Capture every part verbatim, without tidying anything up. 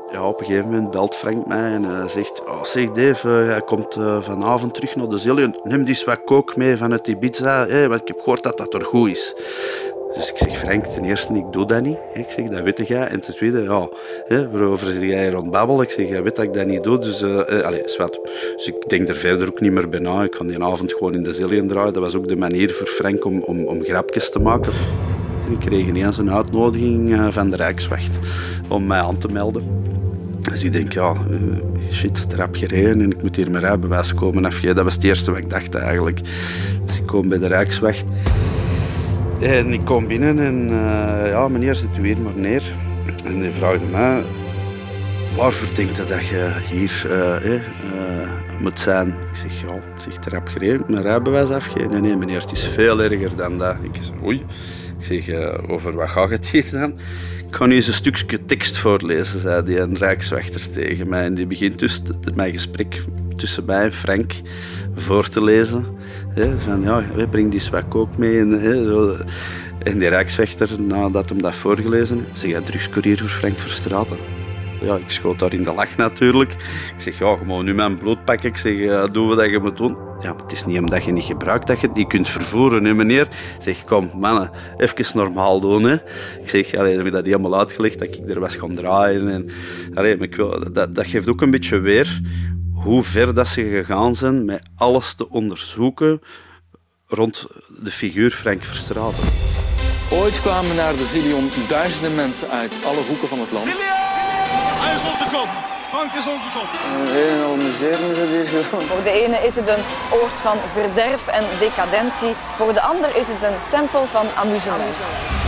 Ja, op een gegeven moment belt Frank mij en uh, zegt... Oh, zeg Dave, uh, jij komt uh, vanavond terug naar de Zillion. Neem die eens wat kook mee vanuit Ibiza, hey, want ik heb gehoord dat dat er goed is. Dus ik zeg, Frank, ten eerste, ik doe dat niet. Ik zeg, dat weet jij. En ten tweede, ja, hè, waarover zeg jij hier aan het babbelen? Ik zeg, jij weet dat ik dat niet doe. Dus, uh, uh, allez, zwart. Dus ik denk er verder ook niet meer bij na. Ik kan die avond gewoon in de Zillion draaien. Dat was ook de manier voor Frank om, om, om grapjes te maken. En ik kreeg ineens een uitnodiging uh, van de Rijkswacht om mij aan te melden. Dus ik denk, ja, uh, shit, er heb gereden en ik moet hier mijn rijbewijs komen afgeven. Dat was het eerste wat ik dacht eigenlijk. Dus ik kom bij de Rijkswacht. En ik kom binnen en uh, ja, meneer, zit u hier maar neer. En die vraagde mij, waarvoor denkt u dat je hier uh, eh, uh, moet zijn? Ik zeg, ja, ik zeg, er heb gereden, mijn rijbewijs afgeven. Nee, nee, meneer, het is veel erger dan dat. Ik zeg, oei. Ik zeg, uh, over wat gaat het hier dan? Ik ga nu eens een stukje tekst voorlezen, zei die een rijkswachter tegen mij. En die begint dus mijn gesprek tussen mij en Frank voor te lezen. He, van, ja, breng die zwak ook mee. En, he, zo. En die rijkswachter, nadat hem dat voorgelezen heeft, zeg, ja, drugscourier voor Frank Verstraeten. Ja, ik schoot daar in de lach natuurlijk. Ik zeg, ja, je moet nu mijn bloed pakken. Ik zeg, ja, doen we dat je moet doen. Ja, maar het is niet omdat je niet gebruikt dat je het niet kunt vervoeren, hè, meneer. Ik zeg, kom, mannen, even normaal doen. Hè. Ik zeg, allee, dan heb ik dat helemaal uitgelegd, dat ik er was gaan draaien. En, allee, maar ik wil, dat, dat geeft ook een beetje weer hoe ver dat ze gegaan zijn met alles te onderzoeken rond de figuur Frank Verstraeten. Ooit kwamen naar de Zillion duizenden mensen uit alle hoeken van het land. Zillion! Hij is onze god. Frank is onze god. Een en al misère is het hier gewoon. Voor de ene is het een oord van verderf en decadentie. Voor de ander is het een tempel van amusement.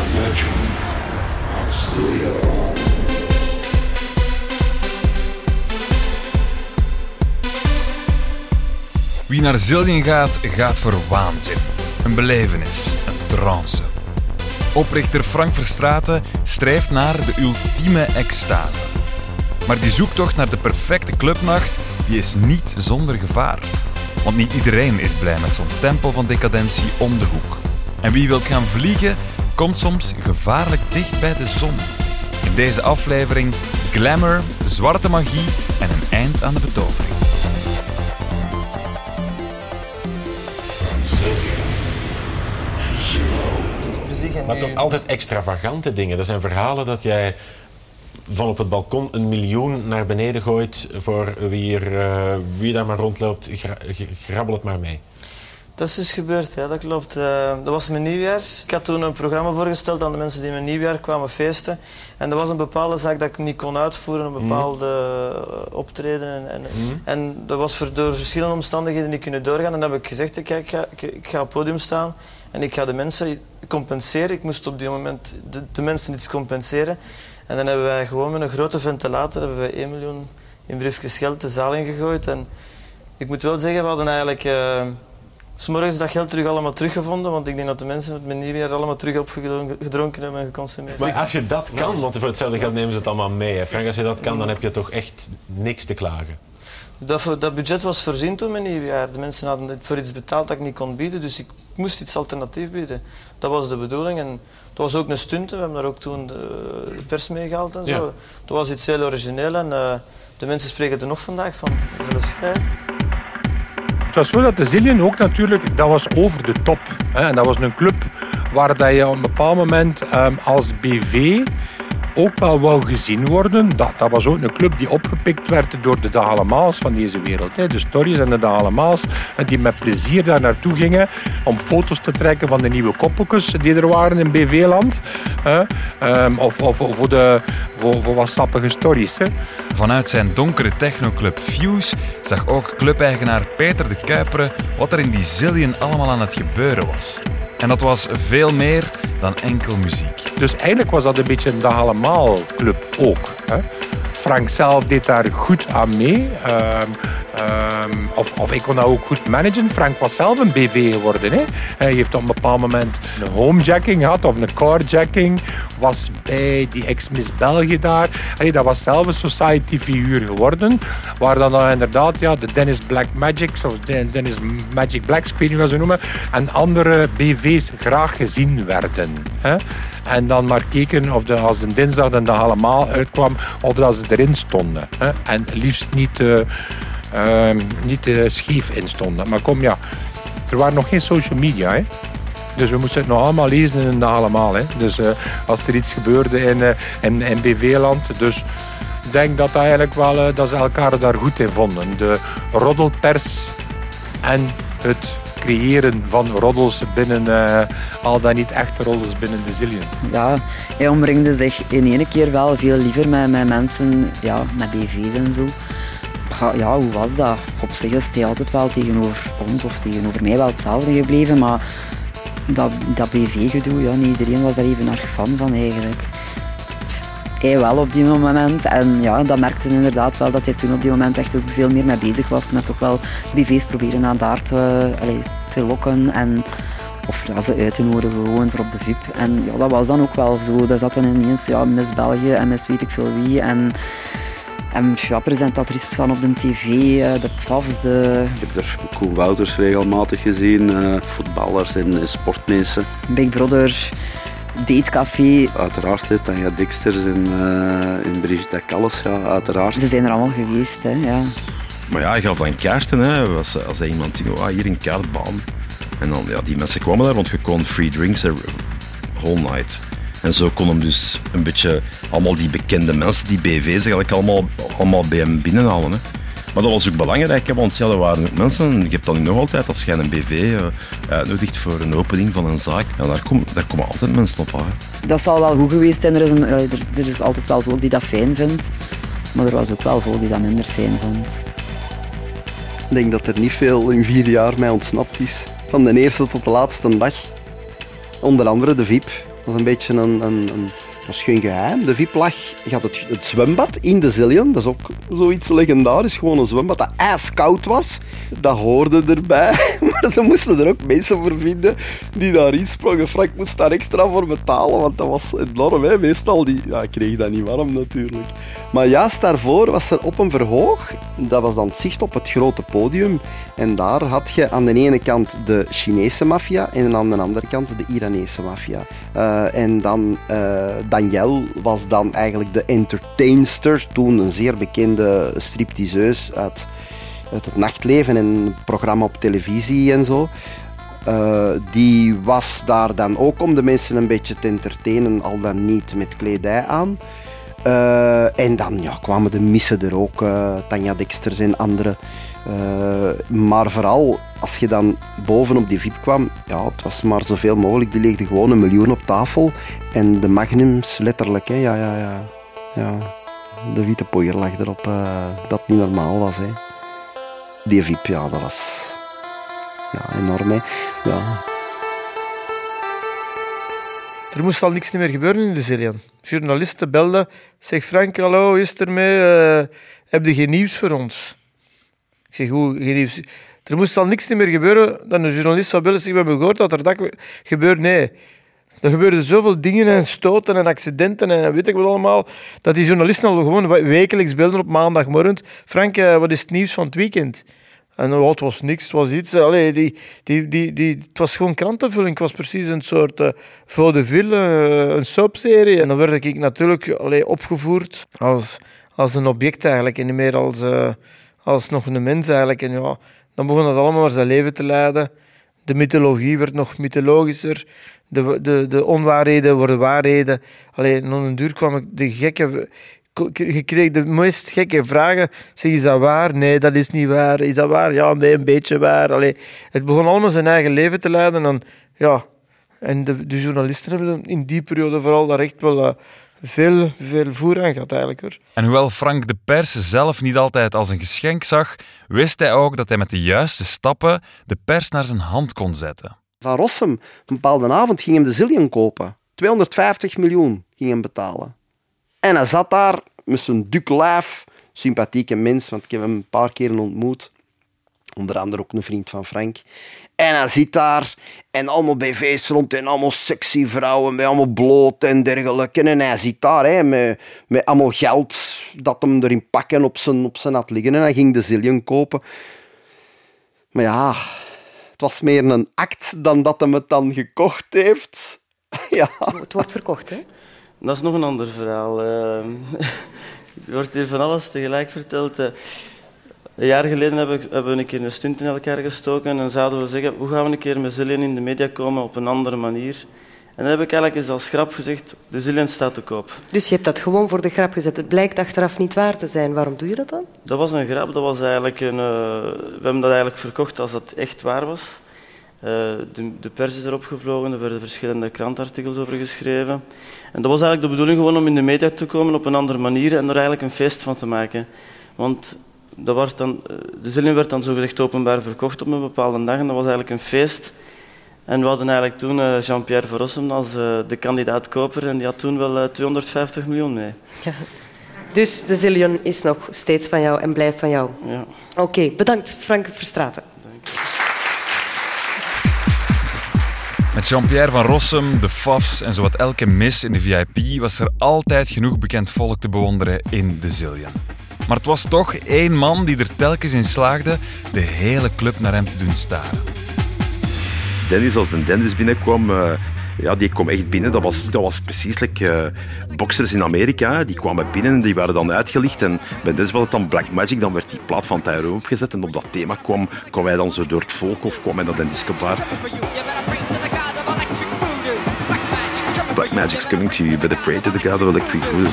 Wie naar Zillion gaat, gaat voor waanzin. Een belevenis, een trance. Oprichter Frank Verstraeten strijft naar de ultieme extase. Maar die zoektocht naar de perfecte clubnacht, die is niet zonder gevaar. Want niet iedereen is blij met zo'n tempel van decadentie om de hoek. En wie wilt gaan vliegen, komt soms gevaarlijk dicht bij de zon. In deze aflevering glamour, zwarte magie en een eind aan de betovering. Maar toch altijd extravagante dingen. Er zijn verhalen dat jij van op het balkon een miljoen naar beneden gooit voor wie, er, uh, wie daar maar rondloopt, gra- grabbel het maar mee. Dat is dus gebeurd, ja, dat klopt. Uh, dat was mijn nieuwjaar. Ik had toen een programma voorgesteld aan de mensen die mijn nieuwjaar kwamen feesten. En er was een bepaalde zaak dat ik niet kon uitvoeren, een bepaalde mm. optreden. En, en, mm. en dat was voor, door verschillende omstandigheden niet kunnen doorgaan. En dan heb ik gezegd, kijk, ik ga, ik, ik ga op het podium staan en ik ga de mensen compenseren. Ik moest op die moment de, de mensen iets compenseren. En dan hebben wij gewoon met een grote ventilator hebben wij één miljoen in briefjes geld de zaal ingegooid. En ik moet wel zeggen, we hadden eigenlijk... Uh, 's morgens dat geld terug allemaal teruggevonden, want ik denk dat de mensen met mijn nieuwjaar allemaal terug opgedronken hebben en geconsumeerd. Maar als je dat kan, want voor hetzelfde geld nemen ze het allemaal mee. Hè. Frank, als je dat kan, dan heb je toch echt niks te klagen. Dat, dat budget was voorzien toen mijn nieuwjaar. De mensen hadden voor iets betaald dat ik niet kon bieden, dus ik moest iets alternatief bieden. Dat was de bedoeling en dat was ook een stunt. We hebben daar ook toen de pers mee gehaald en zo. Ja. Dat was iets heel origineel en uh, de mensen spreken er nog vandaag van. Zelfs jij. Het was zo dat de Zillion ook natuurlijk, dat was over de top. Hè. En dat was een club waar dat je op een bepaald moment um, als B V ook wel wou gezien worden. Dat, dat was ook een club die opgepikt werd door de Dagalemaals van deze wereld. Hè. De Stories en de Dagalemaals, en die met plezier daar naartoe gingen om foto's te trekken van de nieuwe koppeltjes die er waren in B V-land. Hè. Um, of of voor, de, voor, voor wat sappige stories. Hè. Vanuit zijn donkere technoclub Fuse zag ook clubeigenaar Peter de Kuiperen wat er in die Zillion allemaal aan het gebeuren was. En dat was veel meer dan enkel muziek. Dus eigenlijk was dat een beetje een Dagalemaal club ook. Hè. Frank zelf deed daar goed aan mee. Uh, Um, of, of ik kon dat ook goed managen. Frank was zelf een B V geworden. Hè. Hij heeft op een bepaald moment een homejacking gehad of een carjacking. Was bij die ex-Miss België daar. Allee, dat was zelf een society-figuur geworden. Waar dan, dan inderdaad ja, de Dennis Black Magics of de Dennis Magic Blacks, ik weet niet wat ze noemen. En andere B V's graag gezien werden. Hè. En dan maar keken of de, als een dinsdag de dag allemaal uitkwam of dat ze erin stonden. Hè. En liefst niet... Uh, Uh, niet uh, scheef in stonden. Maar kom, ja, er waren nog geen social media. Hè. Dus we moesten het nog allemaal lezen in de dag allemaal. Hè. Dus uh, als er iets gebeurde in, uh, in, in B V-land. Dus ik denk dat, dat, eigenlijk wel, uh, dat ze elkaar daar goed in vonden. De roddelpers en het creëren van roddels binnen, uh, al dan niet echte roddels binnen de Zillion. Ja, hij omringde zich in ene keer wel veel liever met, met mensen, ja, met B V's en zo. Ja, hoe was dat? Op zich is hij altijd wel tegenover ons of tegenover mij wel hetzelfde gebleven, maar dat, dat B V-gedoe, ja, niet iedereen was daar even erg fan van eigenlijk. Hij wel op die moment en ja, dat merkte inderdaad wel dat hij toen op die moment echt ook veel meer mee bezig was met toch wel B V's proberen naar daar te, allez, te lokken en of ja, ze uit te nodigen gewoon voor op de V I P. En ja, dat was dan ook wel zo. Daar zat dan ineens ja, Miss België en Miss weet ik veel wie en En ja, presentatrices van op de tv, de pafs, de... Ik heb er Koen Wouters regelmatig gezien, uh, voetballers en sportmensen. Big Brother, Datecafé. Uiteraard, he, Tanja Dexters en, uh, en Brigitte Calles, ja, uiteraard. Ze zijn er allemaal geweest, hè, ja. Maar ja, je gaf dan kaarten, hè. Als, als er iemand ging, oh, hier een kaartbaan. En dan, ja, die mensen kwamen daar, want je kon free drinks er whole night. En zo kon hem dus een beetje allemaal die bekende mensen, die B V's eigenlijk allemaal, allemaal bij hem binnenhalen. Hè. Maar dat was ook belangrijk, hè, want ja, er waren ook mensen, ik heb dat nu nog altijd, als jij een B V uh, uitnodigt voor een opening van een zaak, ja, daar, kom, daar komen altijd mensen op aan. Dat zal wel goed geweest zijn, er is, een, er, er is altijd wel volk die dat fijn vindt, maar er was ook wel volk die dat minder fijn vond. Ik denk dat er niet veel in vier jaar mij ontsnapt is, van de eerste tot de laatste dag. Onder andere de V I P. Dat is een beetje een, een, een, dat is geen geheim. De V I P lag, je had het, het zwembad in de Zillion. Dat is ook zoiets legendarisch. Gewoon een zwembad dat ijskoud was. Dat hoorde erbij. Maar ze moesten er ook mensen voor vinden die daarin sprongen. Frank moest daar extra voor betalen, want dat was enorm. Hè. Meestal die, ja, ik kreeg dat niet warm natuurlijk. Maar juist daarvoor was er op een verhoog. Dat was dan het zicht op het grote podium. En daar had je aan de ene kant de Chinese maffia en aan de andere kant de Iranese maffia. Uh, en dan uh, Danielle was dan eigenlijk de entertainster, toen een zeer bekende stripteaseuse uit, uit het nachtleven en een programma op televisie en zo. Uh, die was daar dan ook om de mensen een beetje te entertainen, al dan niet met kledij aan. Uh, en dan ja, kwamen de missen er ook, uh, Tanja Dexters en andere. Uh, maar vooral als je dan bovenop die V I P kwam, ja, het was maar zoveel mogelijk. Die legden gewoon een miljoen op tafel. En de magnums, letterlijk, hè, ja, ja, ja, ja. De witte pooier lag erop, uh, dat niet normaal was. Hè. Die V I P, ja, dat was ja, enorm. Hè. Ja. Er moest al niks meer gebeuren in de Zillion. Journalisten belden, zeg Frank, hallo, is er mee? Uh, heb je geen nieuws voor ons? Ik zeg, hoe, geen nieuws? Er moest al niks meer gebeuren dat een journalist zou bellen. Zeg, we hebben gehoord dat er dat gebeurt. Nee, er gebeurden zoveel dingen en stoten en accidenten en weet ik wat allemaal, dat die journalisten al gewoon wekelijks belden op maandagmorgen. Frank, uh, wat is het nieuws van het weekend? En oh, het was niks, het was iets. Allee, die, die, die, die, het was gewoon krantenvulling. Het was precies een soort uh, vaudeville, uh, een soapserie. En dan werd ik natuurlijk allee, opgevoerd als, als een object eigenlijk. En niet meer als, uh, als nog een mens eigenlijk. En ja, dan begon dat allemaal maar zijn leven te leiden. De mythologie werd nog mythologischer. De, de, de onwaarheden worden waarheden. Allee, en op een duur kwam ik de gekke... Je kreeg de meest gekke vragen. Zeg, is dat waar? Nee, dat is niet waar. Is dat waar? Ja, nee, een beetje waar. Allee, het begon allemaal zijn eigen leven te leiden. En, ja, en de, de journalisten hebben in die periode vooral daar echt wel uh, veel, veel voer aan gehad eigenlijk. Hoor. En hoewel Frank de pers zelf niet altijd als een geschenk zag, wist hij ook dat hij met de juiste stappen de pers naar zijn hand kon zetten. Van Rossum, een bepaalde avond ging hem de Zillion kopen. tweehonderdvijftig miljoen ging hem betalen. En hij zat daar met zijn dik lijf, sympathieke mens, want ik heb hem een paar keer ontmoet. Onder andere ook een vriend van Frank. En hij zit daar en allemaal B V's rond en allemaal sexy vrouwen met allemaal bloot en dergelijke. En hij zit daar hè, met, met allemaal geld dat hem erin pakken op zijn, op zijn had liggen. En hij ging de Zillion kopen. Maar ja, het was meer een act dan dat hem het dan gekocht heeft. Ja. Het wordt verkocht, hè? Dat is nog een ander verhaal. Uh, er wordt hier van alles tegelijk verteld. Uh, Een jaar geleden hebben, hebben we een keer een stunt in elkaar gestoken en zouden we zeggen, hoe gaan we een keer met Zillion in de media komen op een andere manier? En dan heb ik eigenlijk eens als grap gezegd, de Zillion staat te koop. Dus je hebt dat gewoon voor de grap gezet. Het blijkt achteraf niet waar te zijn. Waarom doe je dat dan? Dat was een grap. Dat was eigenlijk een, uh, we hebben dat eigenlijk verkocht als dat echt waar was. Uh, de, de pers is erop gevlogen, er werden verschillende krantartikels over geschreven. En dat was eigenlijk de bedoeling gewoon om in de media te komen op een andere manier en er eigenlijk een feest van te maken. Want dat was dan, de Zillion werd dan zogezegd openbaar verkocht op een bepaalde dag en dat was eigenlijk een feest. En we hadden eigenlijk toen uh, Jean-Pierre Van Rossum als uh, de kandidaat-koper en die had toen wel uh, tweehonderdvijftig miljoen mee. Ja. Dus de Zillion is nog steeds van jou en blijft van jou? Ja. Oké, okay, bedankt Frank Verstraeten. Met Jean-Pierre Van Rossum, de Fafs en zowat elke mis in de V I P was er altijd genoeg bekend volk te bewonderen in de Zillion. Maar het was toch één man die er telkens in slaagde de hele club naar hem te doen staren. Dennis, als de Dennis binnenkwam, uh, ja, die kwam echt binnen. Dat was, dat was precies like, uh, boxers in Amerika. Die kwamen binnen en die waren dan uitgelicht. En bij Dennis was het dan Black Magic. Dan werd die plaat van Tyrone opgezet. En op dat thema kwam, kwam hij dan zo door het volk of kwam hij dan in discobar. Black Magic's coming to you. You better pray to the God of Electric Voodoo.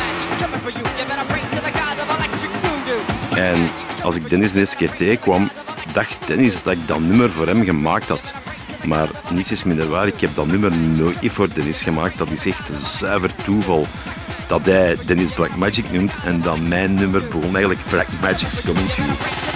En als ik Dennis de eerste keer tegenkwam, dacht Dennis dat ik dat nummer voor hem gemaakt had. Maar niets is minder waar. Ik heb dat nummer nooit voor Dennis gemaakt. Dat is echt een zuiver toeval dat hij Dennis Black Magic noemt en dat mijn nummer begon eigenlijk Black Magic's Coming to You.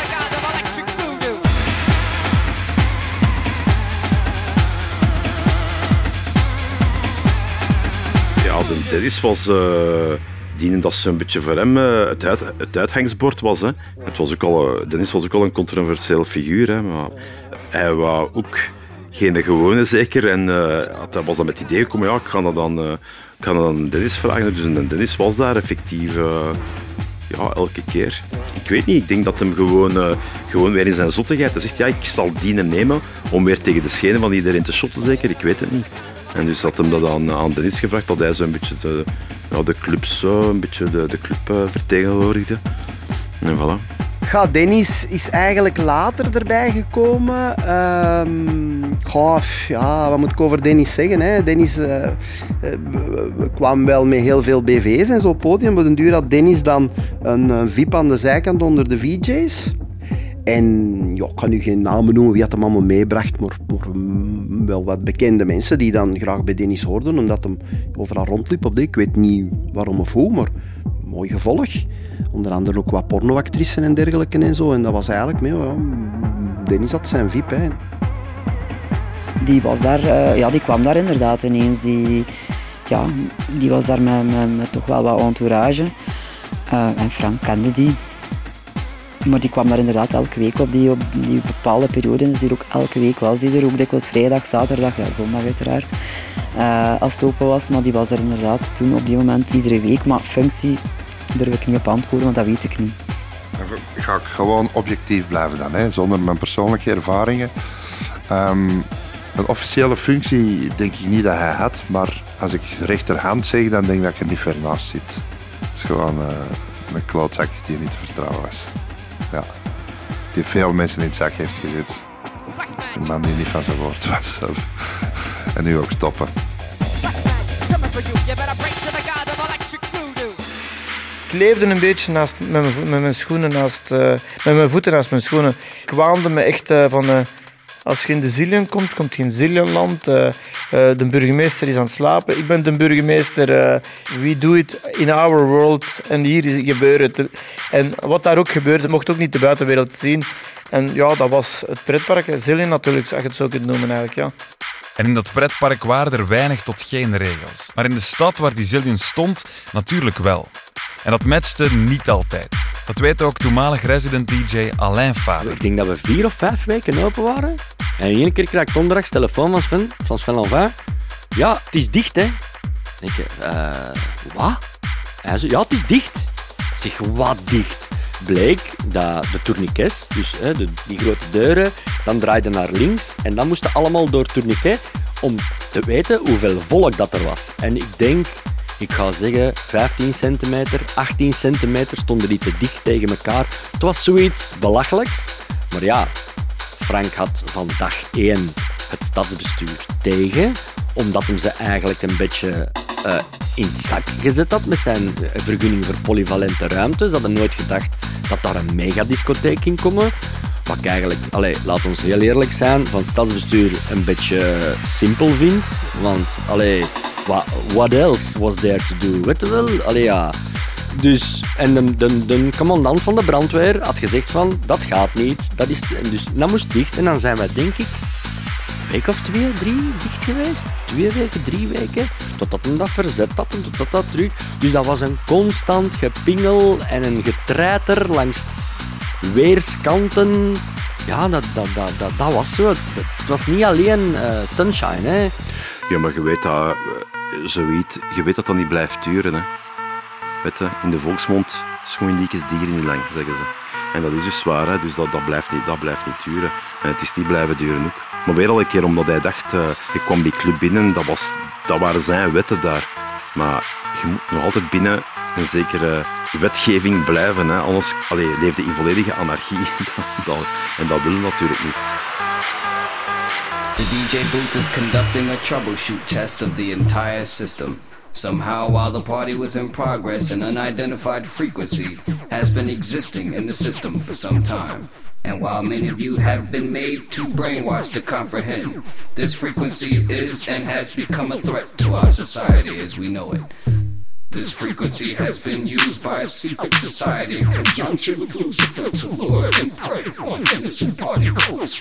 Ja, de Dennis was... Uh, dienen dat zo'n beetje voor hem uh, het, uit, het uitgangsbord was. Hè. Het was ook al, uh, Dennis was ook al een controversieel figuur, hè, maar hij wou ook geen gewone zeker. En uh, hij was dan met het idee gekomen, ja, ik ga dat dan, uh, ik ga dat dan Dennis vragen. Dus en Dennis was daar effectief uh, ja, elke keer. Ik weet niet, ik denk dat hem gewoon, uh, gewoon weer in zijn zottigheid hij zegt, ja, ik zal die nemen om weer tegen de schenen van iedereen te shotten zeker, ik weet het niet. En dus had hem dat aan, aan Dennis gevraagd, dat hij zo'n beetje de, ja, de clubs, zo, een beetje de, de club uh, vertegenwoordigde. En voilà. Ja, Dennis is eigenlijk later erbij gekomen. Um, goh, ja, wat moet ik over Dennis zeggen? Hè? Dennis uh, uh, kwam wel met heel veel B V's en zo op het podium. Op den duur had Dennis dan een, een V I P aan de zijkant onder de V J's. En ja, ik kan nu geen namen noemen wie had hem allemaal meebracht, maar, maar um, wel wat bekende mensen die dan graag bij Dennis hoorden, omdat hem overal rondliep op dit. Ik weet niet waarom of hoe, maar mooi gevolg. Onder andere ook wat pornoactrices en dergelijke en zo. En dat was eigenlijk mee, ja, Dennis had zijn V I P. Hè. Die was daar, uh, ja, die kwam daar inderdaad ineens. Die, ja, die was daar met, met, met toch wel wat entourage. Uh, en Frank kende die. Maar die kwam daar inderdaad elke week op die, op die bepaalde periodes. Die er ook elke week was die er ook dikwijls vrijdag, zaterdag, ja, zondag uiteraard. Uh, als het open was, maar die was er inderdaad toen op die moment iedere week. Maar functie durf ik niet op antwoorden, want dat weet ik niet. Dan ga ik gewoon objectief blijven dan, hè, zonder mijn persoonlijke ervaringen. Um, een officiële functie denk ik niet dat hij had, maar als ik rechterhand zeg, dan denk ik dat ik er niet ver naast zit. Het is gewoon uh, een klootzak die niet te vertrouwen was. Ja. Die veel mensen in het zak heeft gezet. Een man die niet van zijn woord was. En nu ook stoppen. Ik leefde een beetje naast, met, mijn, met mijn schoenen naast, uh, met mijn voeten naast mijn schoenen. Ik waande me echt uh, van... Uh, als je in de Zillion komt, komt je in Zillionland. Uh, uh, de burgemeester is aan het slapen. Ik ben de burgemeester. Uh, we do it in our world. En hier is het gebeuren. En wat daar ook gebeurde, mocht ook niet de buitenwereld zien. En ja, dat was het pretpark. Zillion natuurlijk, als je het zo kunt noemen eigenlijk, ja. En in dat pretpark waren er weinig tot geen regels. Maar in de stad waar die Zillion stond, natuurlijk wel. En dat matchte niet altijd. Dat weet ook toenmalig resident D J Alain Faber. Ik denk dat we vier of vijf weken open waren. En in één keer krijg ik donderdags telefoon van Sven, van Sven Lanvin. Ja, het is dicht, hè. Ik denk, uh, wat? Hij zei, ja, het is dicht. Ik zeg, wat dicht? Bleek dat de tourniquets, dus hè, de, die grote deuren, dan draaiden naar links en dan moesten allemaal door het tourniquet om te weten hoeveel volk dat er was. En ik denk, ik ga zeggen, vijftien centimeter, achttien centimeter stonden die te dicht tegen elkaar. Het was zoiets belachelijks. Maar ja, Frank had van dag één het stadsbestuur tegen, omdat hem ze eigenlijk een beetje uh, in het zak gezet had met zijn vergunning voor polyvalente ruimte. Ze hadden nooit gedacht dat daar een megadiscotheek in komen. Wat ik eigenlijk, allez, laat ons heel eerlijk zijn, van het stadsbestuur een beetje simpel vind. Want, allez, what, what else was there to do? Weet je wel? Allee, ja. Dus, en de, de, de commandant van de brandweer had gezegd van, dat gaat niet. Dat is, dus dat moest dicht. En dan zijn wij, denk ik, een week of twee, drie dicht geweest. Twee weken, drie weken. Totdat hem dat verzet had en totdat dat terug. Dus dat was een constant gepingel en een getreiter langs weerskanten. Ja, dat, dat, dat, dat, dat was zo. Het was niet alleen uh, sunshine, hè. Ja, maar je weet dat, uh, zoiets, je weet dat dat niet blijft duren, hè. Weet je, in de volksmond, schoenliekes dieren niet lang, zeggen ze. En dat is dus zwaar, hè. Dus dat, dat, blijft niet, dat blijft niet duren. En het is niet blijven duren ook. Maar weer al een keer, omdat hij dacht, uh, ik kwam die club binnen, dat, was, dat waren zijn wetten daar. Maar je moet nog altijd binnen een zekere wetgeving blijven, hè. Anders allee, leefde in volledige anarchie. En dat willen we natuurlijk niet. The D J booth is conducting a troubleshoot test of the entire system. Somehow, while the party was in progress, an unidentified frequency has been existing in the system for some time. And while many of you have been made too brainwashed to comprehend, this frequency is and has become a threat to our society as we know it. This frequency has been used by a secret society in conjunction with Lucifer to lure and prey on innocent partygoers.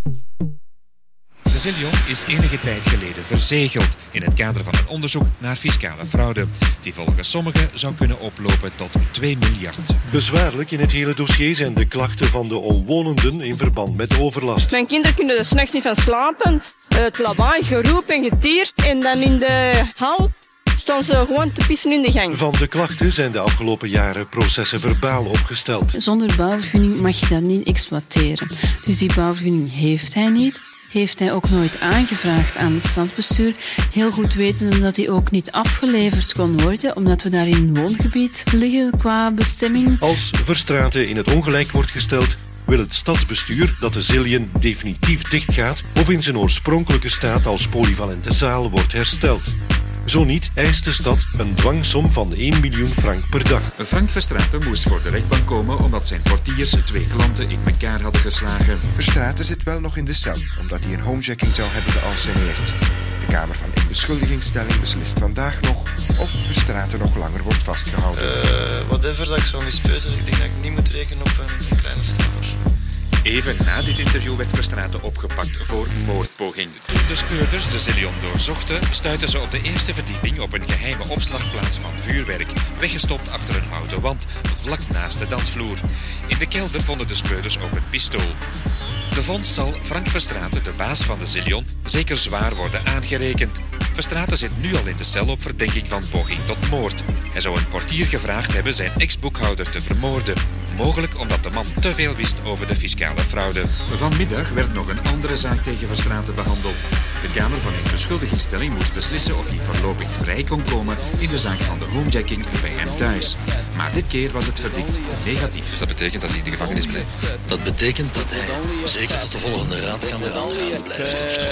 De Zillion is enige tijd geleden verzegeld in het kader van een onderzoek naar fiscale fraude, die volgens sommigen zou kunnen oplopen tot twee miljard. Bezwaarlijk in het hele dossier zijn de klachten van de omwonenden in verband met overlast. Mijn kinderen kunnen er 's nachts niet van slapen. Het lawaai, geroep en getier. En dan in de hal staan ze gewoon te pissen in de gang. Van de klachten zijn de afgelopen jaren processen verbaal opgesteld. Zonder bouwvergunning mag je dat niet exploiteren. Dus die bouwvergunning heeft hij niet. Heeft hij ook nooit aangevraagd aan het stadsbestuur, heel goed wetende dat hij ook niet afgeleverd kon worden, omdat we daar in een woongebied liggen qua bestemming. Als Verstraeten in het ongelijk wordt gesteld, wil het stadsbestuur dat de Zillion definitief dichtgaat of in zijn oorspronkelijke staat als polyvalente zaal wordt hersteld. Zo niet eist de stad een dwangsom van één miljoen frank per dag. Frank Verstraeten moest voor de rechtbank komen omdat zijn portiers twee klanten in elkaar hadden geslagen. Verstraeten zit wel nog in de cel, omdat hij een homejacking zou hebben geanceneerd. De Kamer van Inbeschuldigingsstelling beslist vandaag nog of Verstraeten nog langer wordt vastgehouden. Uh, whatever dat ik zou mispeuteren, ik denk dat ik niet moet rekenen op een, een kleine straffer. Even na dit interview werd Verstraeten opgepakt voor moordpoging. Toen de speurders de Zillion doorzochten, stuitten ze op de eerste verdieping op een geheime opslagplaats van vuurwerk, weggestopt achter een houten wand, vlak naast de dansvloer. In de kelder vonden de speurders ook een pistool. De vondst zal Frank Verstraeten, de baas van de Zillion, zeker zwaar worden aangerekend. Verstraeten zit nu al in de cel op verdenking van poging tot moord. Hij zou een portier gevraagd hebben zijn ex-boekhouder te vermoorden. Mogelijk omdat de man te veel wist over de fiscale fraude. Vanmiddag werd nog een andere zaak tegen Verstraeten behandeld. De Kamer van Inbeschuldigingsstelling moest beslissen of hij voorlopig vrij kon komen in de zaak van de homejacking bij hem thuis. Maar dit keer was het verdict negatief. Dus dat betekent dat hij in de gevangenis blijft? Dat betekent dat hij zeker tot de volgende raadkamer aangaande blijft.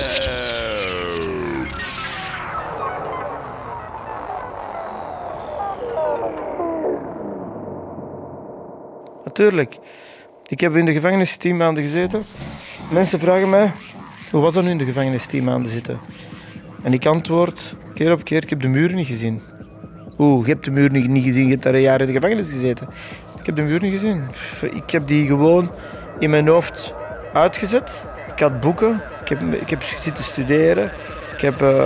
Natuurlijk. Ik heb in de gevangenis tien maanden gezeten. Mensen vragen mij, hoe was dat nu in de gevangenis tien maanden zitten? En ik antwoord keer op keer, ik heb de muur niet gezien. Oeh, je hebt de muur niet gezien, je hebt daar een jaar in de gevangenis gezeten. Ik heb de muur niet gezien. Ik heb die gewoon in mijn hoofd uitgezet. Ik had boeken, ik heb, ik heb zitten studeren. Ik heb uh,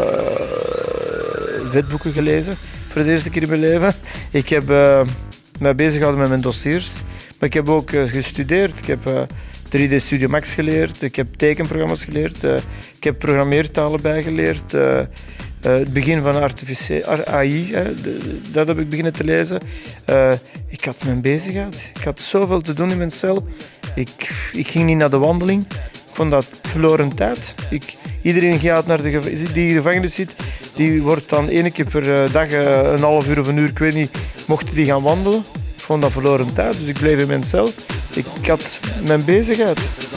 wetboeken gelezen voor de eerste keer in mijn leven. Ik heb uh, mij bezig gehouden met mijn dossiers. Maar ik heb ook uh, gestudeerd. Ik heb uh, drie D Studio Max geleerd. Ik heb tekenprogramma's geleerd. Uh, ik heb programmeertalen bijgeleerd. Uh, Uh, het begin van artificiële A I, hè, de, de, dat heb ik beginnen te lezen. Uh, ik had me bezig gehad. Ik had zoveel te doen in mijn cel. Ik, ik ging niet naar de wandeling. Ik vond dat verloren tijd. Ik, iedereen gaat naar de gevangenis, die in de gevangenis zit, die wordt dan één keer per dag, uh, een half uur of een uur, ik weet niet, mochten die gaan wandelen. Ik vond dat verloren tijd, dus ik bleef in mijn cel. Ik, ik had mijn bezigheid.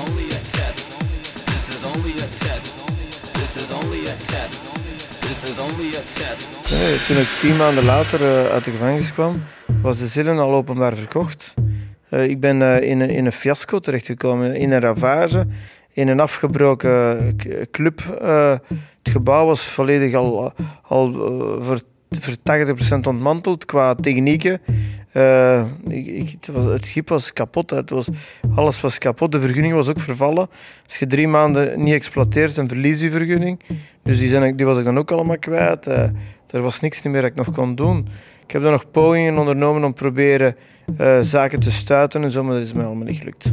Nee, toen ik tien maanden later uh, uit de gevangenis kwam, was de Zillion al openbaar verkocht. Uh, ik ben uh, in, een, in een fiasco terechtgekomen, in een ravage, in een afgebroken club. Uh, het gebouw was volledig al, al uh, voor, voor tachtig procent ontmanteld qua technieken. Uh, ik, ik, het, was, het schip was kapot, het was, alles was kapot, de vergunning was ook vervallen. Als je drie maanden niet exploiteert, dan verlies je vergunning. Dus die, zijn, die was ik dan ook allemaal kwijt. Uh, er was niks meer dat ik nog kon doen. Ik heb dan nog pogingen ondernomen om te proberen uh, zaken te stuiten en zo, maar dat is mij allemaal niet gelukt.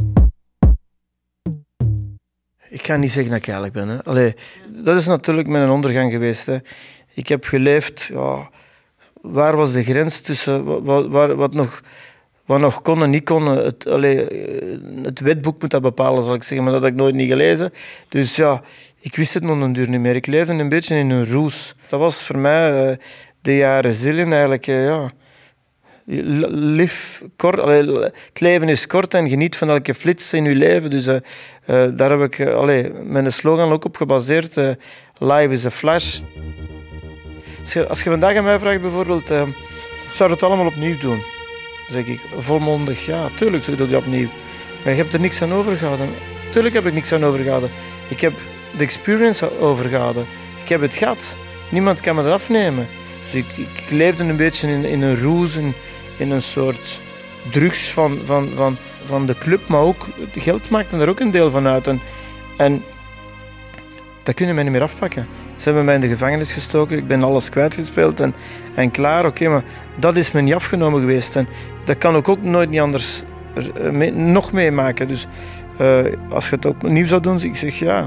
Ik ga niet zeggen dat ik eerlijk ben. Hè. Allee, dat is natuurlijk mijn ondergang geweest. Hè. Ik heb geleefd... Ja, waar was de grens tussen wat, waar, wat, nog, wat nog kon en niet kon? Het, allee, het wetboek moet dat bepalen, zal ik zeggen, maar dat heb ik nooit niet gelezen. Dus ja, ik wist het nog een duur niet meer. Ik leefde een beetje in een roes. Dat was voor mij uh, de jaren Zillion eigenlijk, uh, ja... Lief, kort, allee, het leven is kort en geniet van elke flits in je leven. Dus uh, uh, daar heb ik uh, allee, mijn slogan ook op gebaseerd. Uh, Life is a flash. Als je, als je vandaag aan mij vraagt bijvoorbeeld, uh, zou je het allemaal opnieuw doen? Dan zeg ik volmondig, ja, tuurlijk doe ik dat opnieuw. Maar je hebt er niks aan overgehouden. Tuurlijk heb ik niks aan overgehouden. Ik heb de experience overgehouden. Ik heb het gehad. Niemand kan me dat afnemen. Dus ik, ik, ik leefde een beetje in, in een roes, in, in een soort drugs van, van, van, van de club, maar ook geld maakte er ook een deel van uit. En, en dat kunnen mij niet meer afpakken. Ze hebben mij in de gevangenis gestoken, ik ben alles kwijtgespeeld en, en klaar, oké, okay, maar dat is me niet afgenomen geweest. En dat kan ik ook nooit niet anders mee, nog meemaken. Dus uh, als je het opnieuw zou doen, ik zeg ja.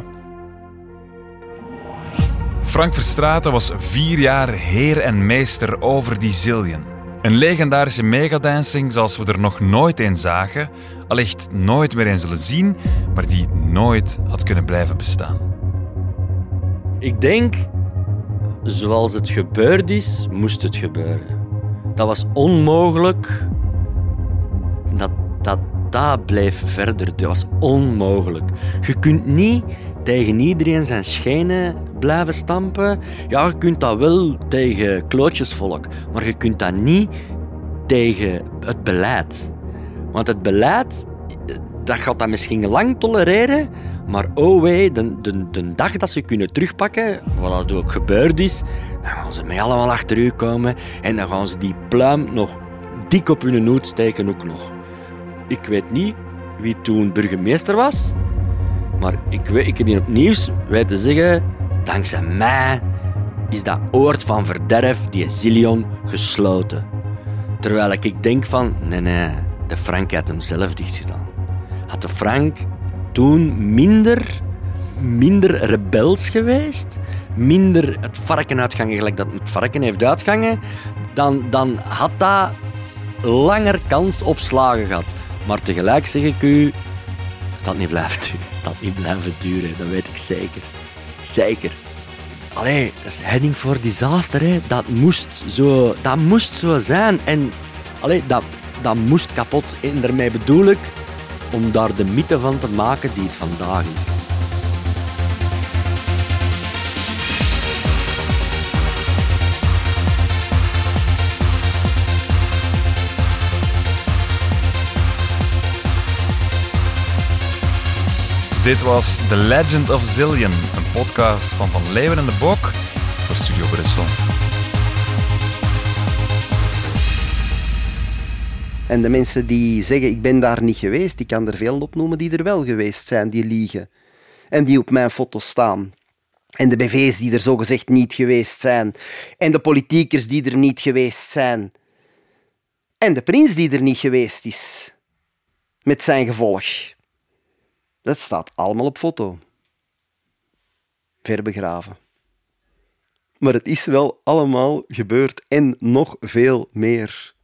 Frank Verstraeten was vier jaar heer en meester over die Zillion. Een legendarische megadancing zoals we er nog nooit een zagen, allicht nooit meer een zullen zien, maar die nooit had kunnen blijven bestaan. Ik denk, zoals het gebeurd is, moest het gebeuren. Dat was onmogelijk. Dat dat, dat bleef verder. Dat was onmogelijk. Je kunt niet tegen iedereen zijn schenen blijven stampen. Ja, je kunt dat wel tegen klootjesvolk, maar je kunt dat niet tegen het beleid. Want het beleid, dat gaat dat misschien lang tolereren, maar oh wee, de, de, de dag dat ze kunnen terugpakken, wat dat ook gebeurd is, dan gaan ze mee allemaal achter u komen en dan gaan ze die pluim nog dik op hun hoed steken ook nog. Ik weet niet wie toen burgemeester was, maar ik, weet, ik heb hier op nieuws weten zeggen, dankzij mij is dat oord van verderf, die Zillion, gesloten. Terwijl ik denk van, nee, nee, de Frank had hem zelf dichtgedaan. Had de Frank toen minder, minder rebels geweest, minder het varken uitgangen gelijk dat het varken heeft uitgangen, dan, dan had dat langer kans op slagen gehad. Maar tegelijk zeg ik u, dat niet blijft duren. Dat niet blijven duren, dat weet ik zeker. Zeker. Allee, dat is heading for disaster, hè. Dat moest zo, dat moest zo zijn. En allee, dat, dat moest kapot. En daarmee bedoel ik om daar de mythe van te maken die het vandaag is. Dit was The Legend of Zillion, een podcast van Van Leeuwen en de Bok voor Studio Brussel. En de mensen die zeggen, ik ben daar niet geweest, ik kan er veel opnoemen die er wel geweest zijn, die liegen. En die op mijn foto staan. En de B V's die er zogezegd niet geweest zijn. En de politiekers die er niet geweest zijn. En de prins die er niet geweest is. Met zijn gevolg. Dat staat allemaal op foto. Ver begraven. Maar het is wel allemaal gebeurd en nog veel meer.